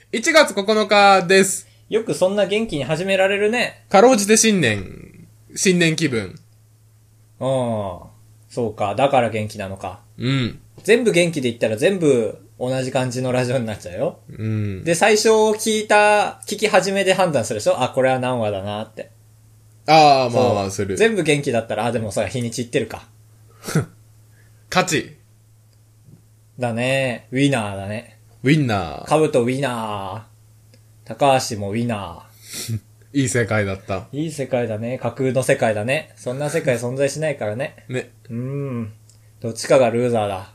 1月9日です。 よくそんな元気に始められるね。 かろうじて新年気分。 そうか。だから元気なのか。 うん。 全部元気で言ったら全部同じ感じのラジオになっちゃうよ。 うん。 で、最初聞き始めで判断するでしょ。あ、これは何話だなって。 ああ、まあまあする。 全部元気だったら、でもさ、日にちいってるか。 勝ち。 だね。ウィナーだね。 ウィンナー。 カブトウィナー。高橋もウィナー。 いい世界だった。 いい世界だね。架空の世界だね。そんな世界存在しないからね。 ね。 どっちかがルーザーだ。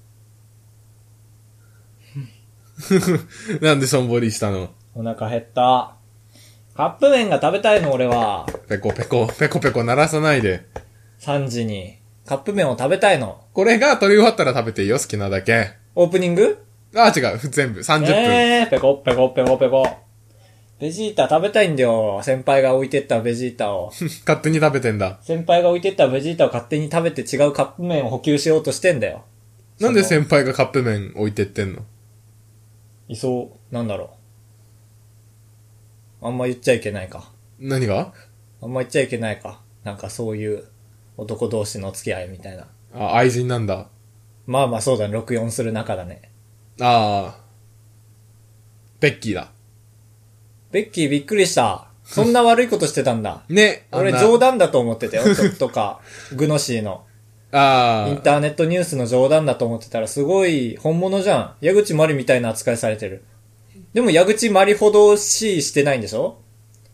なんでしょんぼりしたの？ お腹減った。カップ麺が食べたいの俺は。 ペコペコ鳴らさないで。 3時に。カップ麺を食べたいの。 これが撮り終わったら食べていいよ、好きなだけ。 オープニング？ ああ、違う。全部。30分。 ペコ。ベジータ食べたいんだよ。先輩が置いてったベジータを。 勝手に食べてんだ。 先輩が置いてったベジータを勝手に食べて違うカップ麺を補給しようとしてんだよ。 なんで先輩がカップ麺置いてってんの？ いそう。なんだろう。あんま言っちゃいけないか。 何が？ あんま言っちゃいけないか。なんかそういう男同士の付き合いみたいな。 あ、愛人なんだ。 まあそうだね。64する仲だね。 ああ。ベッキーだ。 ベッキーびっくりした。そんな悪いことしてたんだ。 ね。 俺冗談だと思ってたよ。とか、グノシーの。 ああ。 インターネットニュースの冗談だと思ってたらすごい本物じゃん。矢口まりみたいな扱いされてる。でも矢口まりほど C してないんでしょ？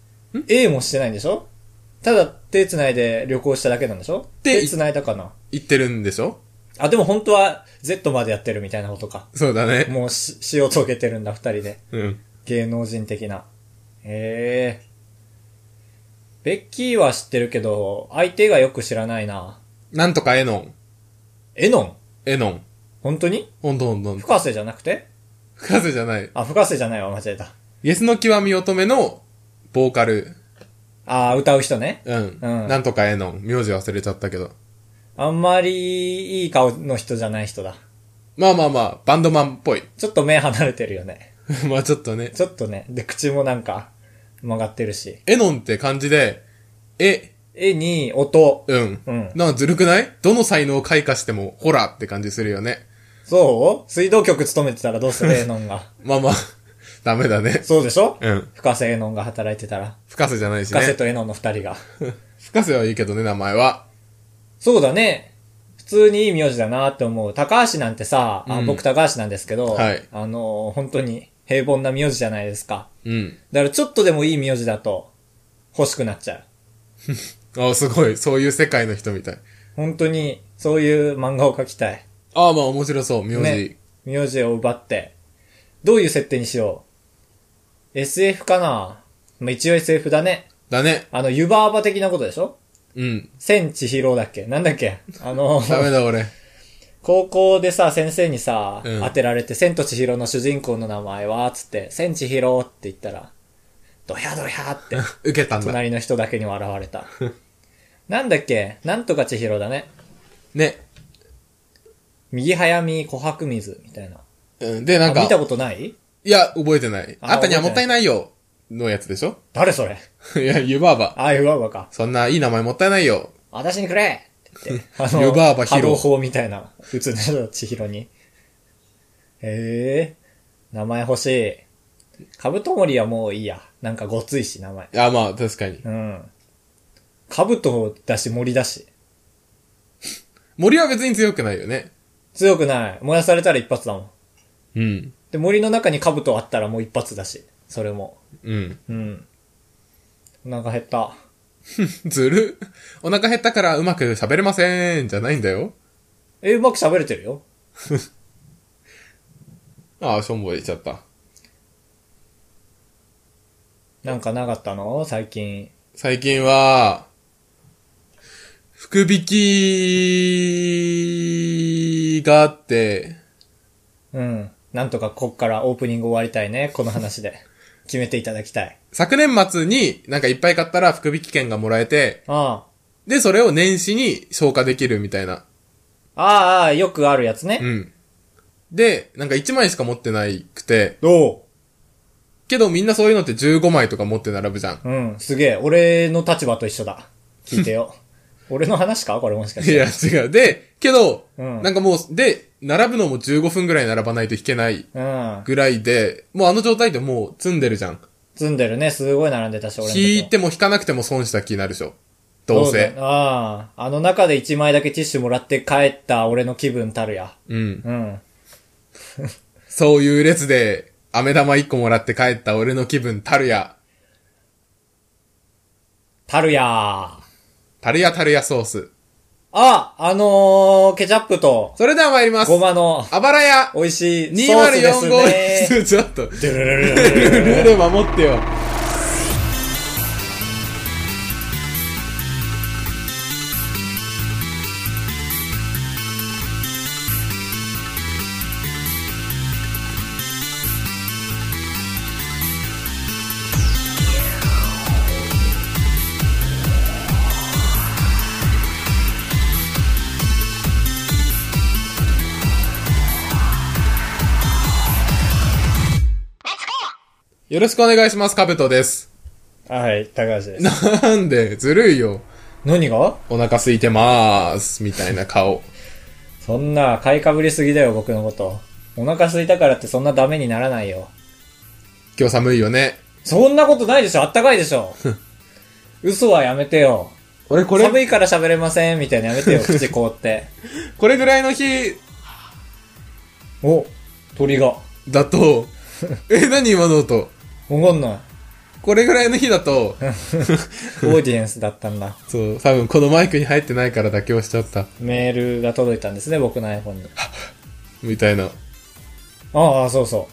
A もしてないんでしょ？ただ手繋いで旅行しただけなんでしょ？手繋いだかな？ 言ってるんでしょ？ あ、でも本当は Z までやってるみたいなことか。 そうだね。 もう死を遂げてるんだ、二人で。 うん。 芸能人的な。ベッキーは知ってるけど、相手がよく知らないな。 なんとかエノン。 エノン？ エノン。 本当に？ ほんと。 深瀬じゃなくて？ 深瀬じゃない。 あ、深瀬じゃないわ、間違えた。 イエスの極み乙女のボーカル。 あ、歌う人ね。 うん。なんとかエノン。名字忘れちゃったけど。 あんまりいい顔の人じゃない人だ。 まあ、バンドマンっぽい。 ちょっと目離れてるよね。 まあちょっとね。 ちょっとね。で、口もなんか曲がってるし。 エノンって漢字で、 絵に音。 うん。なんかずるくない？どの才能を開花しても、ホラーって感じするよね。 そう水道局勤めてたらどうするエノンが。 まあ、ダメだね。 そうでしょ？ うん。 深瀬エノンが働いてたら。 深瀬じゃないしね。 深瀬とエノンの二人が。 深瀬はいいけどね、名前は。 そうだね。普通にいい名字だなって思う。高橋なんてさ、僕高橋なんですけど、 はい。 本当に平凡な名字じゃないですか。 うん。 だからちょっとでもいい名字だと欲しくなっちゃう。 あ、すごい。そういう世界の人みたい。 本当にそういう漫画を描きたい。 ああ、まあ面白そう、名字。 ね。名字を奪って。どういう設定にしよう？ SF かな？まあ、一応 SF だね。 だね。 湯婆婆的なことでしょ？ うん。 千千尋だっけ？なんだっけ？ ダメだ俺。 高校でさ、先生にさ、 うん当てられて、千と千尋の主人公の名前はつって、千千尋って言ったら、ドヒャドヒャって、 受けたんだ。 隣の人だけに笑われた。なんだっけ？なんとか千尋だね。 ね。 右早見琥珀水みたいな。 うん。で、なんか。 見たことない？ いや、覚えてない。 ああんたにはもったいないよ。のやつでしょ？ 誰それ？ いや、湯婆婆。 あ、湯婆婆か。 そんないい名前もったいないよ。 私にくれって言って。 湯婆婆波動砲みたいな。普通の千尋に。名前欲しい。カブトモリはもういいや。なんかごついし、名前。 あ、まあ、確かに。 うん。カブトだし、森だし。 森は別に強くないよね。 強くない。燃やされたら一発だもん。 うん。 で、森の中にカブトあったらもう一発だし。それも。 うん。 うん。お腹減った。 ずる。お腹減ったからうまく喋れません。じゃないんだよ。 うまく喋れてるよ。 ああ、しょんぼりしちゃった。 なんかなかったの？最近。 最近は、福引きがあって、 うん。なんとかこっからオープニング終わりたいね。この話で。決めていただきたい。 昨年末になんかいっぱい買ったら福引き券がもらえて、で、それを年始に消化できるみたいな。 よくあるやつね。 うん。で、なんか1枚しか持ってないくて、 けどみんなそういうのって15枚とか持って並ぶじゃん。 うん、すげえ。俺の立場と一緒だ。聞いてよ。俺の話かこれもしかして。 いや、違う。で、けど、 うん、 なんかもう、で、並ぶのも15分ぐらい並ばないと引けないぐらいで、もうあの状態でもう積んでるじゃん。 積んでるね。すごい並んでたし、俺の時引いても引かなくても損した気になるでしょ。どうせ。 ああ。あの中で1枚だけティッシュもらって帰った俺の気分たるや。 うん。 うん。 そういう列で、飴玉1個もらって帰った俺の気分たるや。 たるや。 タルヤタルヤソース。 あ、ケチャップと。 それでは参ります。 ごまの。 あばらや。 美味しいソースですね。 2045ちょっと。ルール守ってよ。よろしくお願いします、カブトです。 はい、高橋です。 なんで、ずるいよ。 何が？ お腹空いてまーす、みたいな顔。 そんな、買いかぶりすぎだよ、僕のこと。お腹空いたからってそんなダメにならないよ。 今日寒いよね。 そんなことないでしょ、あったかいでしょ。嘘はやめてよ。 俺これ。 寒いから喋れません、みたいなやめてよ、口凍って。 これぐらいの日。 お、鳥が。 だと、何今の音。 わかんない。 これぐらいの日だと、 オーディエンスだったんだ。 そう、多分このマイクに入ってないから妥協しちゃった。 メールが届いたんですね、僕の iPhone に。 みたいな。 ああ、そうそう。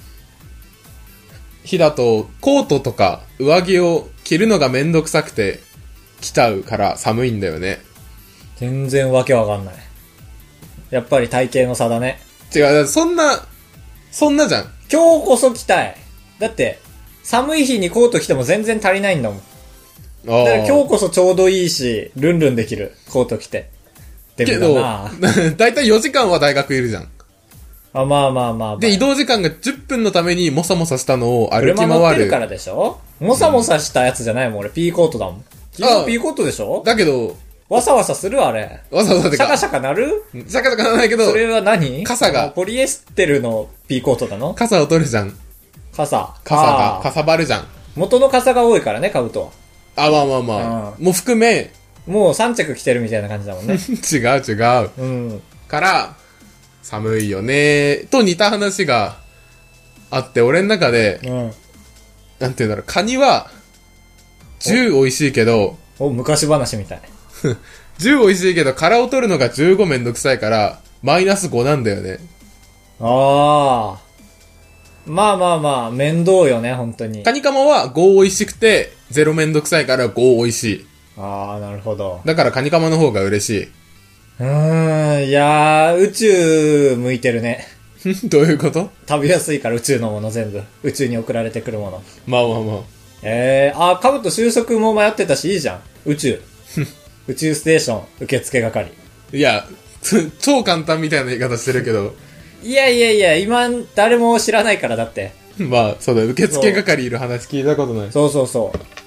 日だと、コートとか上着を着るのがめんどくさくて着ちゃうから寒いんだよね。 全然わけわかんない。やっぱり体型の差だね。 違う、そんなじゃん。 今日こそ着たい。だって、寒い日にコート着ても全然足りないんだもん。だから今日こそちょうどいいし、ルンルンできる。コート着て。 けど、だいたい4時間は大学いるじゃん。 あ、まあまあまあ、まあ。 で、移動時間が10分のためにモサモサしたのを歩き回る。 車乗ってるからでしょ？モサモサしたやつじゃないもん、俺。ピーコートだもん。昨日ピーコートでしょ？ だけど、 わさわさするあれ。 わさわさってか。 シャカシャカなる？ シャカシャカならないけど。 それは何？ 傘が。 ポリエステルのピーコートなの？ 傘を取るじゃん。 傘が、かさばるじゃん。 元の傘が多いからね、買うと。 あ、まあまあまあ。もう含め。 もう3着着てるみたいな感じだもんね。 違う。うん。から、寒いよねと似た話があって、俺の中で、うん。なんていうんだろう、カニは、10美味しいけど、 昔話みたい。 10美味しいけど、殻を取るのが15めんどくさいから、マイナス5なんだよね。 ああ。まあまあまあ、面倒よね、本当に。 カニカマは5美味しくて、0めんどくさいから5美味しい。 ああ、なるほど。 だからカニカマの方が嬉しい。 いやー、宇宙向いてるね。 どういうこと？ 食べやすいから宇宙のもの全部。宇宙に送られてくるもの。 まあまあまあ。カブと就職も迷ってたしいいじゃん。宇宙。宇宙ステーション受付係。 いや、超簡単みたいな言い方してるけど。 いや、今誰も知らないからだって。 まあ、そうだ、受付係いる話聞いたことない。 そう。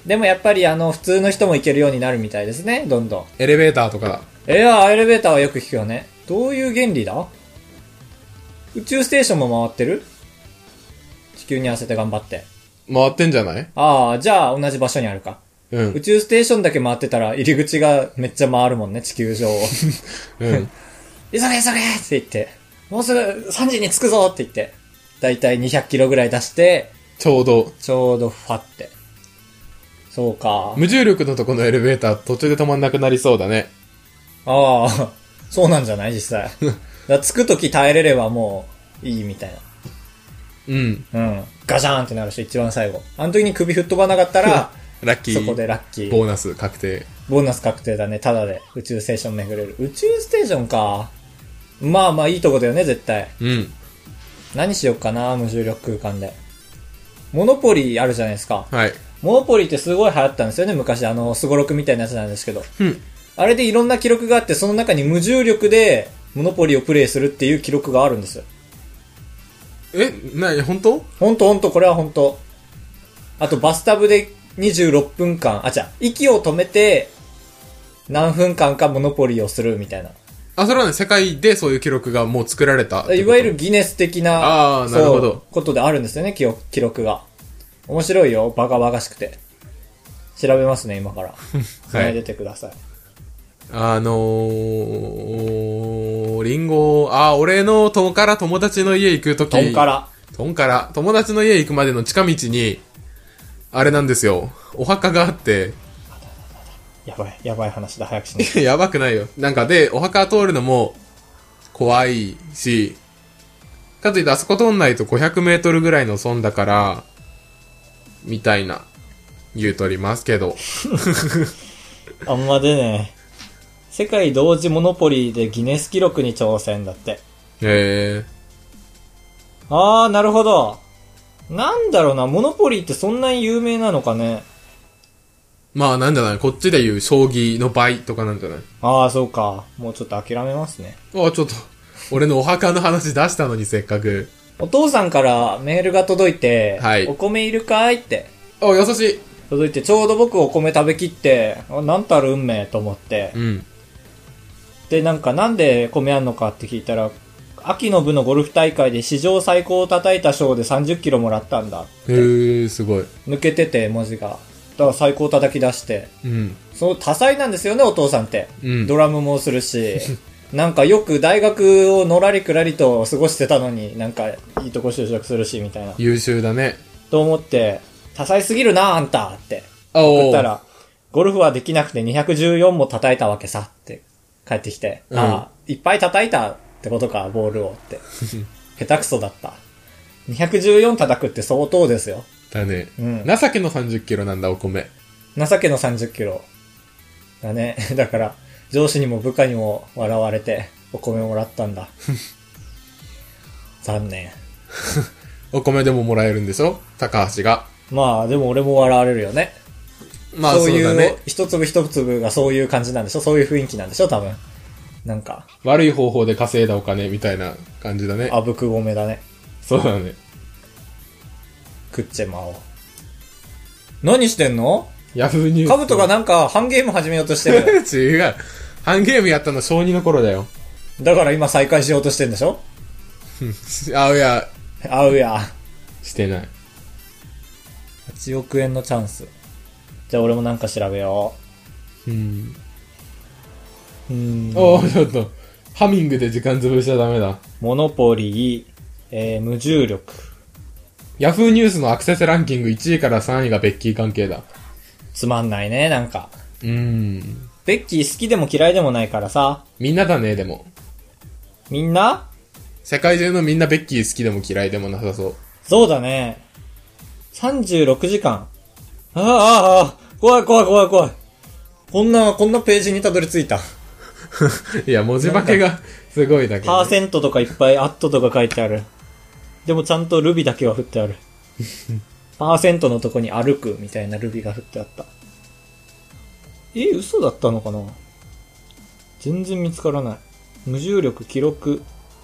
でもやっぱり普通の人も行けるようになるみたいですね、どんどん。 エレベーターとかだ。 エレベーターはよく聞くよね。どういう原理だ？宇宙ステーションも回ってる？地球に合わせて頑張って。 回ってんじゃない？ じゃあ同じ場所にあるか。うん。宇宙ステーションだけ回ってたら入り口がめっちゃ回るもんね、地球上を。うん。急げって言って、もうすぐ3時に着くぞって言って、だいたい200キロぐらい出して、 ちょうどファって。そうか。 無重力のとこのエレベーター途中で止まんなくなりそうだね。 そうなんじゃない実際。だ着くとき耐えれればもういいみたいな。うん。ガジャーンってなるし、一番最後。あの時に首吹っ飛ばなかったら、 ラッキー。 そこでラッキー。 ボーナス確定。 ボーナス確定だね。ただで宇宙ステーション巡れる。宇宙ステーションか。まあまあいいとこだよね、絶対。うん。何しよっかな、無重力空間で。モノポリーあるじゃないですか。はい。モノポリーってすごい流行ったんですよね、昔。スゴロクみたいなやつなんですけど。うん。あれでいろんな記録があって、その中に無重力でモノポリーをプレイするっていう記録があるんですよ。 本当？ 本当、これは本当。 あとバスタブで26分間、息を止めて、何分間かモノポリーをするみたいな。 あ、それはね、世界でそういう記録がもう作られたってこと。 いわゆるギネス的な、 なるほど。 ことであるんですよね、記録が。面白いよ、バカバカしくて。調べますね、今から。はい。出てください。 リンゴ、俺の友達の家行くとき。友達の家行くまでの近道に、あれなんですよ。お墓があって、 やばい話だ、早くしない。 やばくないよ。なんかで、お墓通るのも怖いし、かといってあそこ通んないと500メートルぐらいの損だから、みたいな、言うとりますけど。 あんまでね、世界同時モノポリーでギネス記録に挑戦だって。 へなるほど。なんだろうな、モノポリーってそんなに有名なのかね。 まあなんじゃない、こっちで言う将棋の倍とかなんじゃない。 そうか。もうちょっと諦めますね。 ちょっと、俺のお墓の話出したのにせっかく。 お父さんからメールが届いて、 はい。 お米いるかいって。 優しい。 届いて、ちょうど僕お米食べきって、なんたる運命と思って。 うん。 で、なんで米あんのかって聞いたら、秋の部のゴルフ大会で史上最高を叩いた賞で30キロもらったんだって。 へすごい。 抜けてて、文字が。だから最高叩き出して。 うん。 多彩なんですよね、お父さんって。 うん。 ドラムもするし。なんかよく大学をのらりくらりと過ごしてたのに、なんかいいとこ就職するし、みたいな。 優秀だね。 と思って、多彩すぎるな、あんたって送ったら、ゴルフはできなくて214も叩いたわけさって帰ってきて、いっぱい叩いたってことか、ボールをって。下手くそだった。214叩くって相当ですよ。 だね。うん。情けの30キロなんだ、お米。 情けの30キロ。だね。だから、上司にも部下にも笑われて、お米もらったんだ。残念。 お米でももらえるんでしょ、高橋が。 まあ、でも俺も笑われるよね。 まあそうだね。 一粒一粒がそういう感じなんでしょ、そういう雰囲気なんでしょ、多分。なんか。 悪い方法で稼いだお金みたいな感じだね。 あぶく米だね。 そうだね。 食っちゃまおう。何してんの？ ヤフーニュース。 カブトがなんか、ハンゲーム始めようとしてる。 違う。ハンゲームやったの小2の頃だよ。 だから今再開しようとしてんでしょ？ あうや。 してない。 8億円のチャンス。じゃあ俺もなんか調べよう。ちょっと。ハミングで時間潰しちゃダメだ。 モノポリー、無重力。 ヤフーニュースのアクセスランキング1位から3位がベッキー関係だ。 つまんないね、なんか。 ベッキー好きでも嫌いでもないからさ。 みんなだね、でも。 みんな？ 世界中のみんなベッキー好きでも嫌いでもなさそう。 そうだね。36時間。怖い。こんなページにたどり着いた。 いや、文字化けがすごいだけど、 ね。パーセントとかいっぱいアットとか書いてある。でもちゃんとルビだけは振ってある。パーセントのとこに歩くみたいなルビが振ってあった。嘘だったのかな？全然見つからない。無重力記録。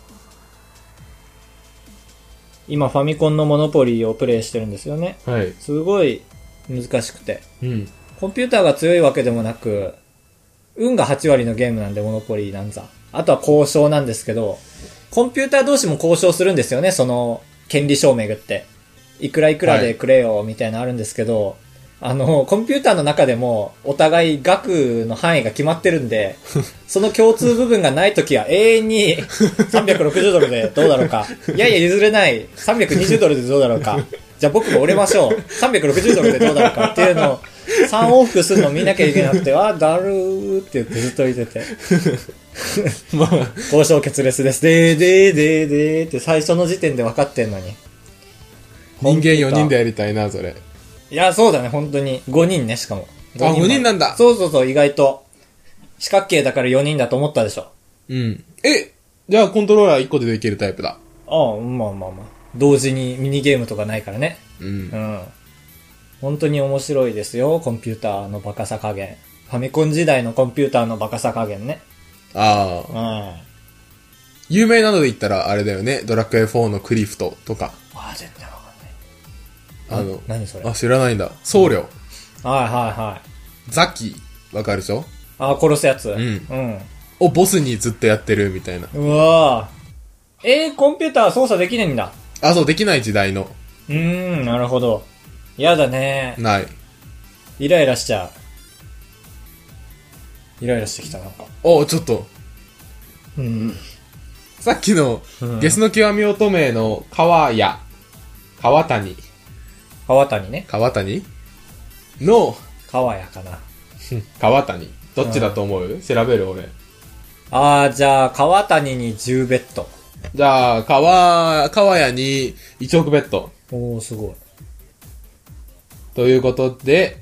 今ファミコンのモノポリーをプレイしてるんですよね。 はい。 すごい難しくて。 うん。 コンピューターが強いわけでもなく、運が8割のゲームなんでモノポリーなんざ。あとは交渉なんですけど、コンピューター同士も交渉するんですよね、その、権利証明ぐって。いくらいくらでくれよ、みたいなのあるんですけど、コンピューターの中でも、お互い額の範囲が決まってるんで、その共通部分がないときは永遠に360ドルでどうだろうか。いや譲れない。320ドルでどうだろうか。じゃあ僕も折れましょう。360ドルでどうだろうかっていうのを、3往復するのを見なきゃいけなくて、だるーって言ってずっと見てて。まあ、交渉決裂です。でーって最初の時点で分かってんのに。 人間4人でやりたいな、それ。 いや、そうだね、本当に。5人ね、しかも。 5人なんだ。 そう、意外と。四角形だから4人だと思ったでしょ。 うん。じゃあコントローラー1個でできるタイプだ。 まあ。同時にミニゲームとかないからね。 うん。 本当に面白いですよ、コンピューターのバカさ加減。ファミコン時代のコンピューターのバカさ加減ね。 有名なので言ったらあれだよね、ドラクエ4のクリフトとか。 全然わかんない。 何それ。 あ、知らないんだ。僧侶。 はいはいはい。 ザキ、わかるでしょ？ 殺すやつ。 をボスにずっとやってるみたいな。 うわぁ。コンピューター操作できないんだ。 あ、そう、できない時代の。 なるほど。やだね。 ない。 イライラしちゃう。イライラしてきた、なんか。 ちょっと。 うん。 さっきの、ゲスの極み乙女の川谷。川谷ね。 川谷の、 川谷かな。 川谷。どっちだと思う？調べる俺。 じゃあ、川谷に10ベッド。 じゃあ、川谷に1億ベッド。 すごい。 ということで、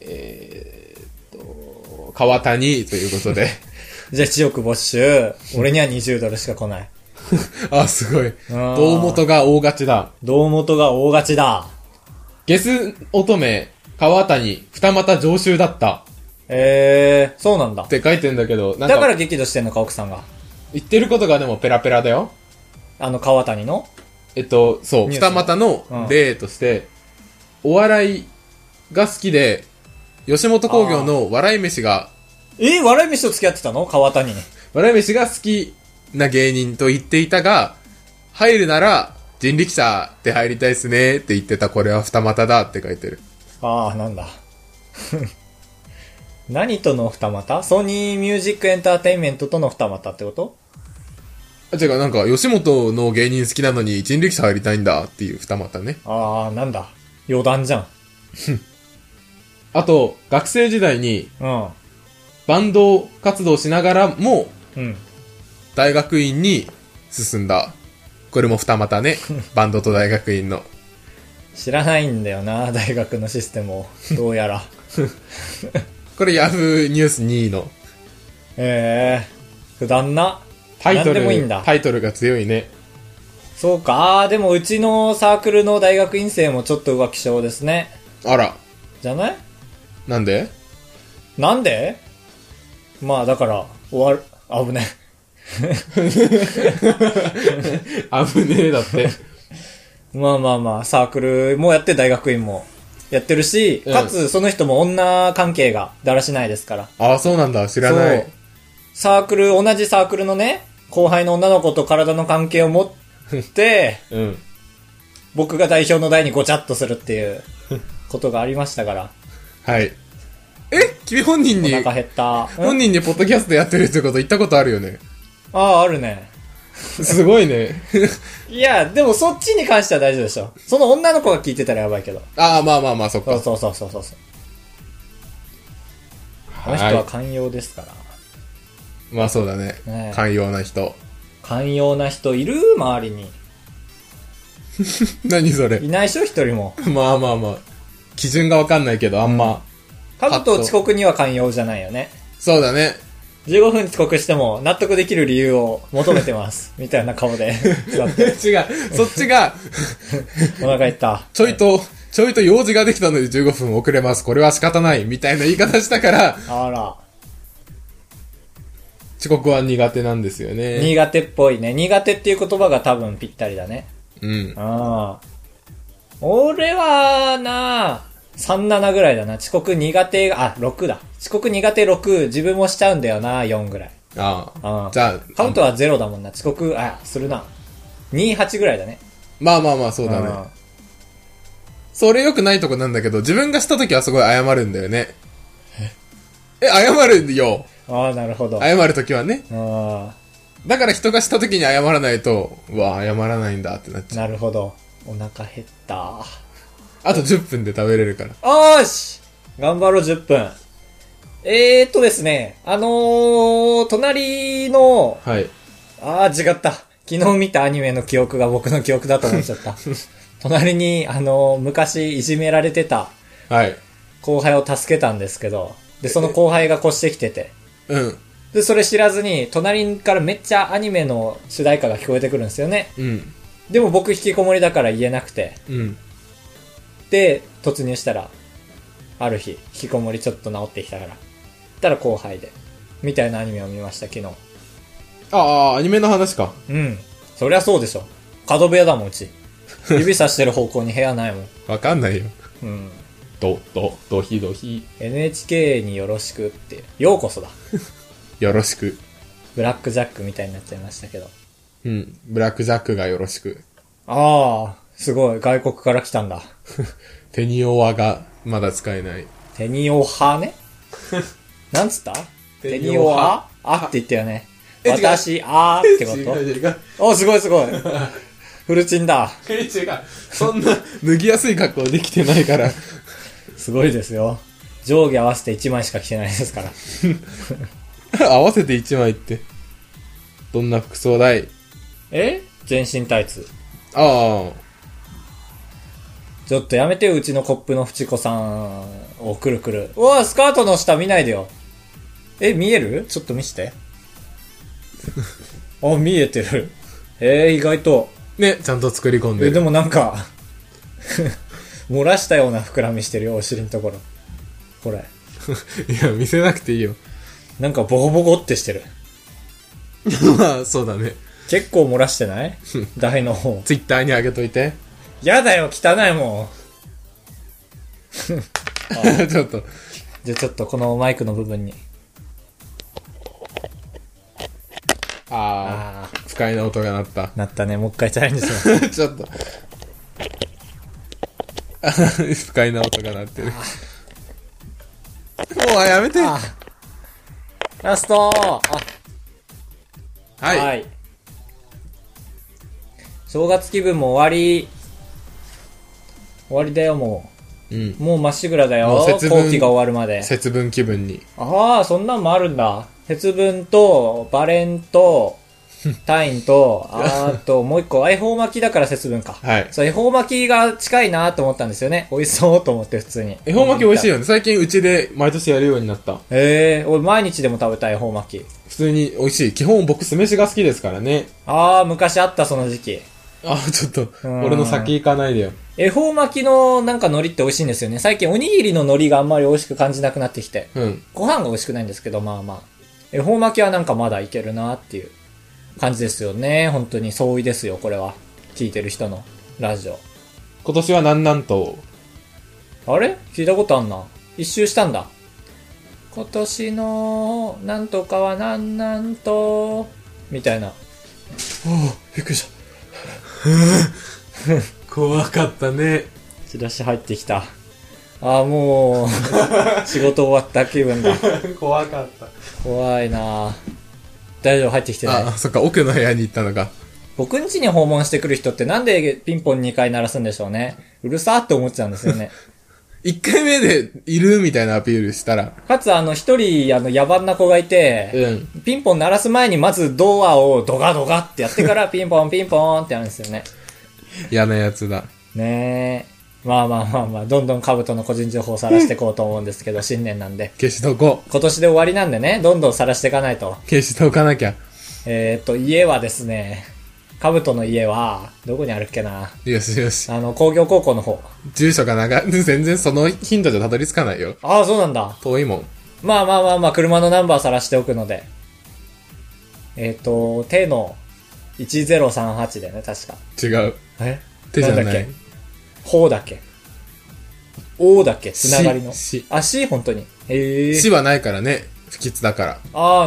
川谷ということで。 じゃあ1億没収。俺には20ドルしか来ない。 あ、すごい。胴元が大勝ちだ。 胴元が大勝ちだ。 ゲス乙女、川谷、二股常習だった。 そうなんだ。 って書いてんだけど、 だから激怒してんのか、奥さんが。 言ってることがでもペラペラだよ。 川谷のそう、二股の例として、お笑いが好きで、吉本興業の笑い飯が、 笑い飯と付き合ってたの？川谷に。 笑い飯が好きな芸人と言っていたが、入るなら人力車って入りたいっすねって言ってた。これは二股だって書いてる。 なんだ。何との二股？ソニーミュージックエンターテインメントとの二股ってこと？ 違う、なんか吉本の芸人好きなのに人力車入りたいんだっていう二股ね。 なんだ。余談じゃん。 あと、学生時代に、バンド活動しながらも、大学院に進んだ。これも二股ね。バンドと大学院の。 知らないんだよな、大学のシステムを。どうやら。 これヤフーニュース2位の。 普段な。 タイトル、 何でもいいんだ。 タイトルが強いね。 そうか。でもうちのサークルの大学院生もちょっと浮気症ですね。 あら。 じゃない？ なんで？ まあだから、危ね危ねえだって。 まあ、サークルもやって大学院もやってるし、かつその人も女関係がだらしないですから。 そうなんだ。知らない。 同じサークルのね、後輩の女の子と体の関係を持って、僕が代表の代にごちゃっとするっていうことがありましたから。 はい。君本人に、 お腹減った。 本人にポッドキャストやってるってこと言ったことあるよね。 あるね。 すごいね。 いや、でもそっちに関しては大丈夫でしょ。その女の子が聞いてたらやばいけど。 まあ、そっか。 そう。あの人は寛容ですから。 まあそうだね。寛容な人。 寛容な人いる？周りに。 何それ？ いないでしょ、一人も。 まあ。基準がわかんないけど、あんま。 カブト遅刻には寛容じゃないよね。 そうだね。 15分遅刻しても納得できる理由を求めてます。みたいな顔で座って。 違う。そっちが、 お腹減った。 ちょいと用事ができたので15分遅れます。これは仕方ない。みたいな言い方したから、遅刻は苦手なんですよね。 苦手っぽいね。苦手っていう言葉が多分ぴったりだね。俺は37ぐらいだな。遅刻苦手が、6だ。遅刻苦手6、自分もしちゃうんだよな、4ぐらい。じゃあ、カウントは0だもんな。遅刻、するな。28ぐらいだね。 まあ、そうだね。それ良くないとこなんだけど、自分がしたときはすごい謝るんだよね。謝るよ。 なるほど。 謝るときはね。だから人がしたときに謝らないと、謝らないんだってなっちゃう。 なるほど。お腹減った。 あと10分で食べれるから。 し頑張ろう、10分。ですね、隣の、 はい。 違った。昨日見たアニメの記憶が僕の記憶だと思っちゃった。隣に、昔いじめられてた、後輩を助けたんですけど、で、その後輩が越してきてて、で、それ知らずに、隣からめっちゃアニメの主題歌が聞こえてくるんですよね。でも僕引きこもりだから言えなくて、で、突入したら、ある日、引きこもりちょっと治ってきたから。たら後輩で。みたいなアニメを見ました、昨日。 アニメの話か。 そりゃそうでしょ。角部屋だもん、うち。 指さしてる方向に部屋ないもん。 わかんないよ。 うん。 ドヒドヒ。 NHK によろしくって、ようこそだ。 よろしく。 ブラックジャックみたいになっちゃいましたけど。 うん。ブラックジャックがよろしく。 ああ、すごい。外国から来たんだ。 テニオワがまだ使えない。 テニオ派ねなんつったテニオワあって言ったよね。私、あーってこ違う。 とお、すごいすごい。フルチンだ。 違う。そんな脱ぎやすい格好できてないから。 すごいですよ。上下合わせて1枚しか着てないですから。 合わせて1枚って。どんな服装だい？ 全身タイツ。 ああ。 ちょっとやめてよ、うちのコップのフチコさんをくるくる。うわ、スカートの下見ないでよ。見える？ちょっと見して。あ、見えてる。意外と。 ね、ちゃんと作り込んでる。 でもなんか、漏らしたような膨らみしてるよ、お尻のところ。これ。 いや、見せなくていいよ。 なんかボコボコってしてる。 まあ、そうだね。 結構漏らしてない台の方。 ツイッターに上げといて。 やだよ、汚いもん。 ちょっと。 じゃあちょっとこのマイクの部分に。 ああ。不快な音が鳴った。 なったね。もう一回チャレンジします。 ちょっと。不快な音が鳴ってる。もうやめて。 ラストはい。 正月気分も終わり。終わりだよ、もう。うん。もうまっしぐらだよ。後期が終わるまで。 節分気分に。 ああ、そんなんもあるんだ。節分と、バレンと、タインと、あと、もう一個、恵方巻きだから節分か。 はい。 そう、恵方巻きが近いなと思ったんですよね。美味しそうと思って、普通に。 恵方巻き美味しいよね。最近うちで毎年やるようになった。 俺毎日でも食べたい恵方巻き。 普通に美味しい。基本僕酢飯が好きですからね。 ああ、昔あった、その時期。 ちょっと、俺の先行かないでよ。 恵方巻きのなんか海苔って美味しいんですよね。最近おにぎりの海苔があんまり美味しく感じなくなってきて。 うん。 ご飯が美味しくないんですけど、まあまあ。恵方巻きはなんかまだいけるなっていう感じですよね。本当に相違ですよ、これは。聞いてる人のラジオ。 今年はなんなんと。 あれ聞いたことあんな。一周したんだ。今年のなんとかはなんなんと、みたいな。びっくりした。 怖かったね。 チラシ入ってきた。もう、仕事終わった気分だ。 怖かった。 怖いな。大丈夫、入ってきてない。 そっか、奥の部屋に行ったのか。 僕ん家に訪問してくる人ってなんでピンポン2回鳴らすんでしょうね。うるさーって思っちゃうんですよね。 1回目でいるみたいなアピールしたら。 かつ一人野蛮な子がいて、ピンポン鳴らす前にまずドアをドガドガってやってからピンポンピンポンってやるんですよね。 嫌なやつだ。 ねえ。まあ、どんどんカブトの個人情報を晒していこうと思うんですけど、新年なんで。 消しとこう。今年で終わりなんでね、どんどん晒していかないと。 消しとかなきゃ。 家はですね、カブトの家は、どこにあるっけな。 よしよし。 工業高校の方。 住所が全然そのヒントじゃたどり着かないよ。 そうなんだ。 遠いもん。 まあ、車のナンバー晒しておくので。手の1038だよね、確か。 違う。手じゃない。 なんだっけ。ほうだっけ。おだっけ。つながりの。 し。 し、本当に。 しはないからね。不吉だから。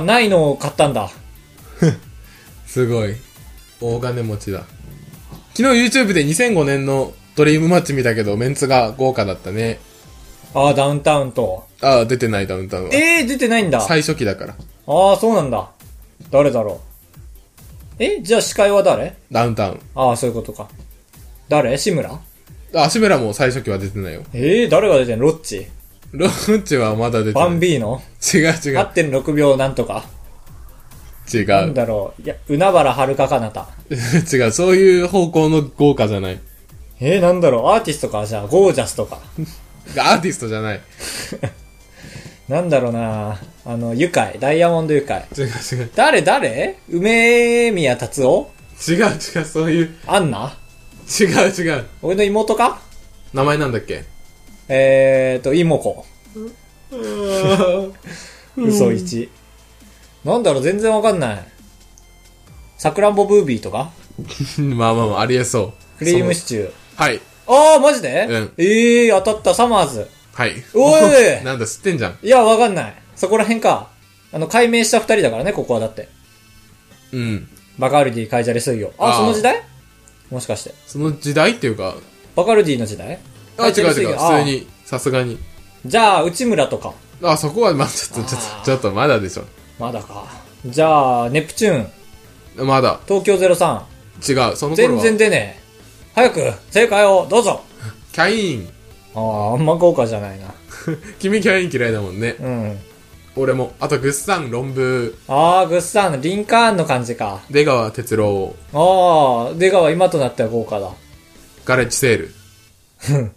ないのを買ったんだ。 すごい。大金持ちだ。昨日 YouTube で2005年のドリームマッチ見たけど、メンツが豪華だったね。 ダウンタウンと。 出てないダウンタウンは。 出てないんだ。 最初期だから。 そうなんだ。誰だろう。じゃあ司会は誰？ ダウンタウン。 そういうことか。誰？志村？ 志村も最初期は出てないよ。 誰が出てんの？ロッチ？ ロッチはまだ出てない。 バンビーノ？ 違う。 8.6 秒なんとか。 違う。 なんだろう。海原はるかかなた。 違う、そういう方向の豪華じゃない。 なんだろう。アーティストか。じゃあ、ゴージャスとか。 アーティストじゃない。 なんだろうな。愉快。ダイヤモンド愉快。 違う。 誰？梅宮達夫？ 違う、そういう。 アンナ？ 違う。 俺の妹か？ 名前なんだっけ？ 妹子。嘘1。なんだろう、全然わかんない。さくらんぼブービーとか？ まあ、ありえそクリームシチュー。 はい。 あー、マジで？ うん。 当たった、サマーズ。 はい。 おいなんだ、知ってんじゃん。 いや、わかんない。そこら辺か。解明した二人だからね、ここはだって。 うん。 バカルディ、カイジャレ水魚。その時代？もしかして。 その時代っていうか。 バカルディの時代？ 違う。普通に、さすがに。 じゃあ、内村とか。 そこは、ちょっとまだでしょ。 まだか。じゃあ、ネプチューン。まだ。 東京03。 違う、その頃は。 全然出ねえ。早く、正解を、どうぞ。 キャイン。 あんま豪華じゃないな。 君キャイン嫌いだもんね。 うん。 俺も。あと、グッサン、論文。 グッサン、リンカーンの感じか。 出川哲郎。 出川今となっては豪華だ。 ガレッジセール。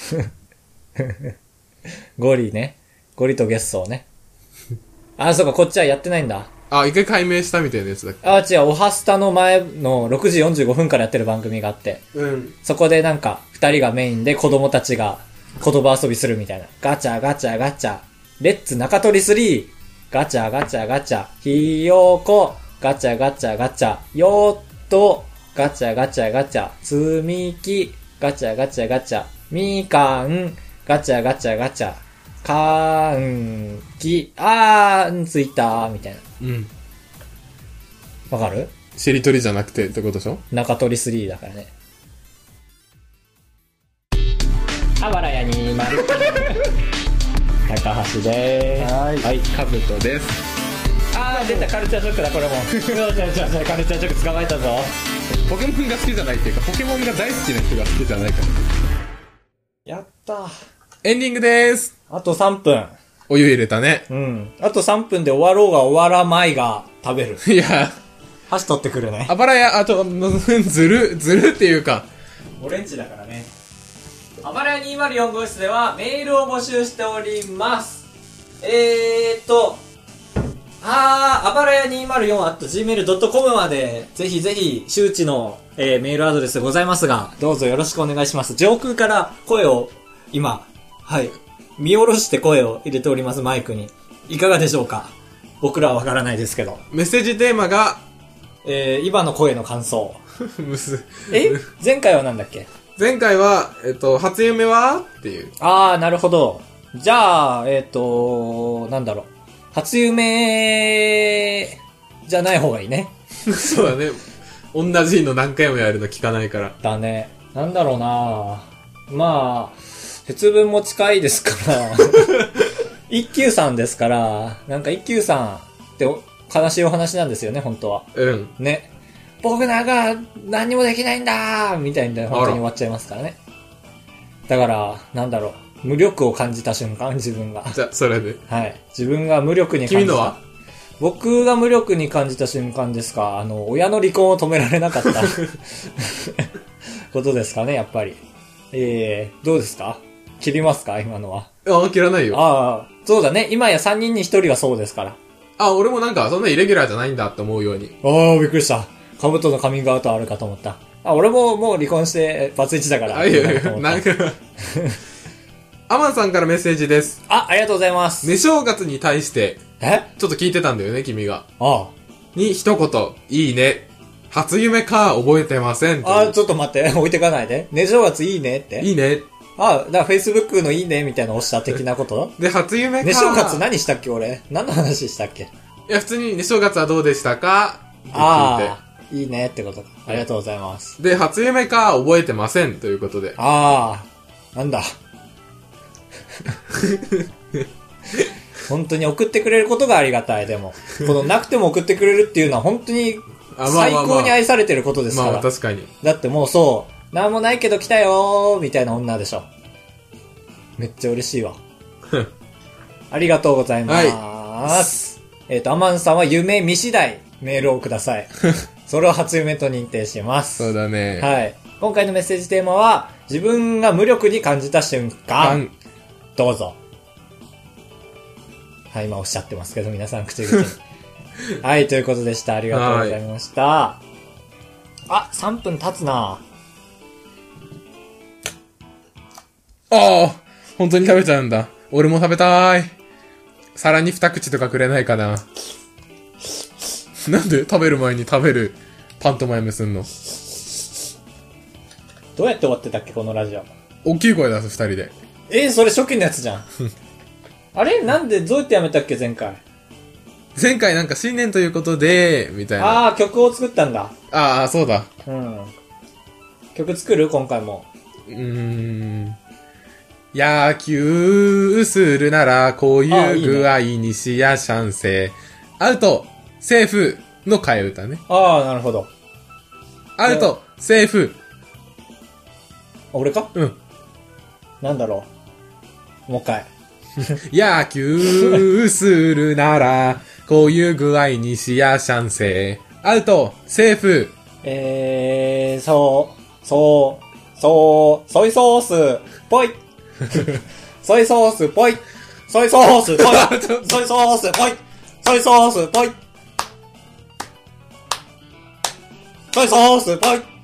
ゴリね。ゴリとゲッソーね。そうか、こっちはやってないんだ。 一回解明したみたいなやつだっけ？ 違う、オハスタの前の6時45分からやってる番組があって。 うん。 そこでなんか、二人がメインで子供たちが言葉遊びするみたいな。ガチャガチャガチャ。レッツ中取り3。ガチャガチャガチャ。ひよこ。ガチャガチャガチャ。よっと。ガチャガチャガチャ。つみき。ガチャガチャガチャ。みかん。ガチャガチャガチャ。かんき。ついたみたいな。 うん。 わかる？ しりとりじゃなくてってことでしょ？ 中取り3だからね。あばらやにまる。高橋でーす。 はい。かぶとです。 出た、カルチャーショックだ、これも。カルチャーショック捕まえたぞ。 ポケモンが好きじゃないっていうか、ポケモンが大好きな人が好きじゃないから。 やったー。 エンディングでーす。あと3分。 お湯入れたね。 うん。あと3分で終わろうが終わらないが食べる。 いや。 箸取ってくるね。 あばらや、ずるっていうか。 オレンジだからね。あばらや204号室ではメールを募集しております。あばらや 204@gmail.com まで、ぜひぜひ、周知の、メールアドレスでございますが、どうぞよろしくお願いします。上空から声を、今、見下ろして声を入れております、マイクに。いかがでしょうか？僕らはわからないですけど。 メッセージテーマが、 今の声の感想。 前回はなんだっけ？ 前回は、初夢はっていう。 なるほど。じゃあ、なんだろう。初夢じゃない方がいいね。 そうだね。同じの何回もやるの聞かないから。 だね。なんだろうな。まあ、節分も近いですから。一休さんですから、なんか一休さんって悲しいお話なんですよね、本当は。 うん。 ね。僕なんか何にもできないんだみたいな本当に終わっちゃいますからね。だから、なんだろう。無力を感じた瞬間、自分が。 じゃあ、それで。 はい。自分が無力に感じた。 君のは？ 僕が無力に感じた瞬間ですか。親の離婚を止められなかったことですかね、やっぱり。どうですか？切りますか？今のは。 切らないよ。 そうだね。今や3人に1人はそうですから。 俺もなんか、そんなイレギュラーじゃないんだって思うように。 びっくりした。カブトのカミングアウトあるかと思った。俺ももう離婚して、バツイチだから。 いや、なんか、アマンさんからメッセージです。 ありがとうございます。 寝正月に対して、ちょっと聞いてたんだよね、君が。に一言、いいね。初夢か、覚えてません。 ちょっと待って、置いてかないで。寝正月いいねって。 いいね。 だから Facebook のいいねみたいなの押した的なことで、初夢か。 寝正月何したっけ俺。何の話したっけ？ いや、普通に寝正月はどうでしたかって聞いて。 いいねってことか。ありがとうございます。 で、初夢か、覚えてませんということで。 なんだ。本当に送ってくれることがありがたい、でも。このなくても送ってくれるっていうのは本当に最高に愛されてることですから。 確かに。 だってもうそう、なんもないけど来たよーみたいな女でしょ。めっちゃ嬉しいわ。ありがとうございます。アマンさんは夢見次第メールをください。それを初夢と認定します。 そうだね。 はい。今回のメッセージテーマは、自分が無力に感じた瞬間。どうぞ。はい、今おっしゃってますけど、皆さん口々に。はい、ということでした。ありがとうございました。3分経つな。 本当に食べちゃうんだ。俺も食べたーい。皿に2口とかくれないかな。なんで食べる前に食べるパントマイムすんの？ どうやって終わってたっけ、このラジオ。 大きい声出す、二人で。 それ初期のやつじゃん。あれなんで、どうやってやめたっけ、前回。 前回なんか新年ということで、みたいな。 曲を作ったんだ。 そうだ。 曲作る今回も。 野球するなら、こういう具合にしやしゃんせ。アウト、セーフの替え歌ね。 なるほど。 アウト、セーフ。 俺か？なんだろう。もう一回。 野球するなら、こういう具合にしやしゃんせ。アウト、セーフ。 ソイソース、ぽい。ソイソース、ぽい。ソイソース、ぽい。ソイソース、ぽい。ソイソース、ぽい。ソイソース、ぽい。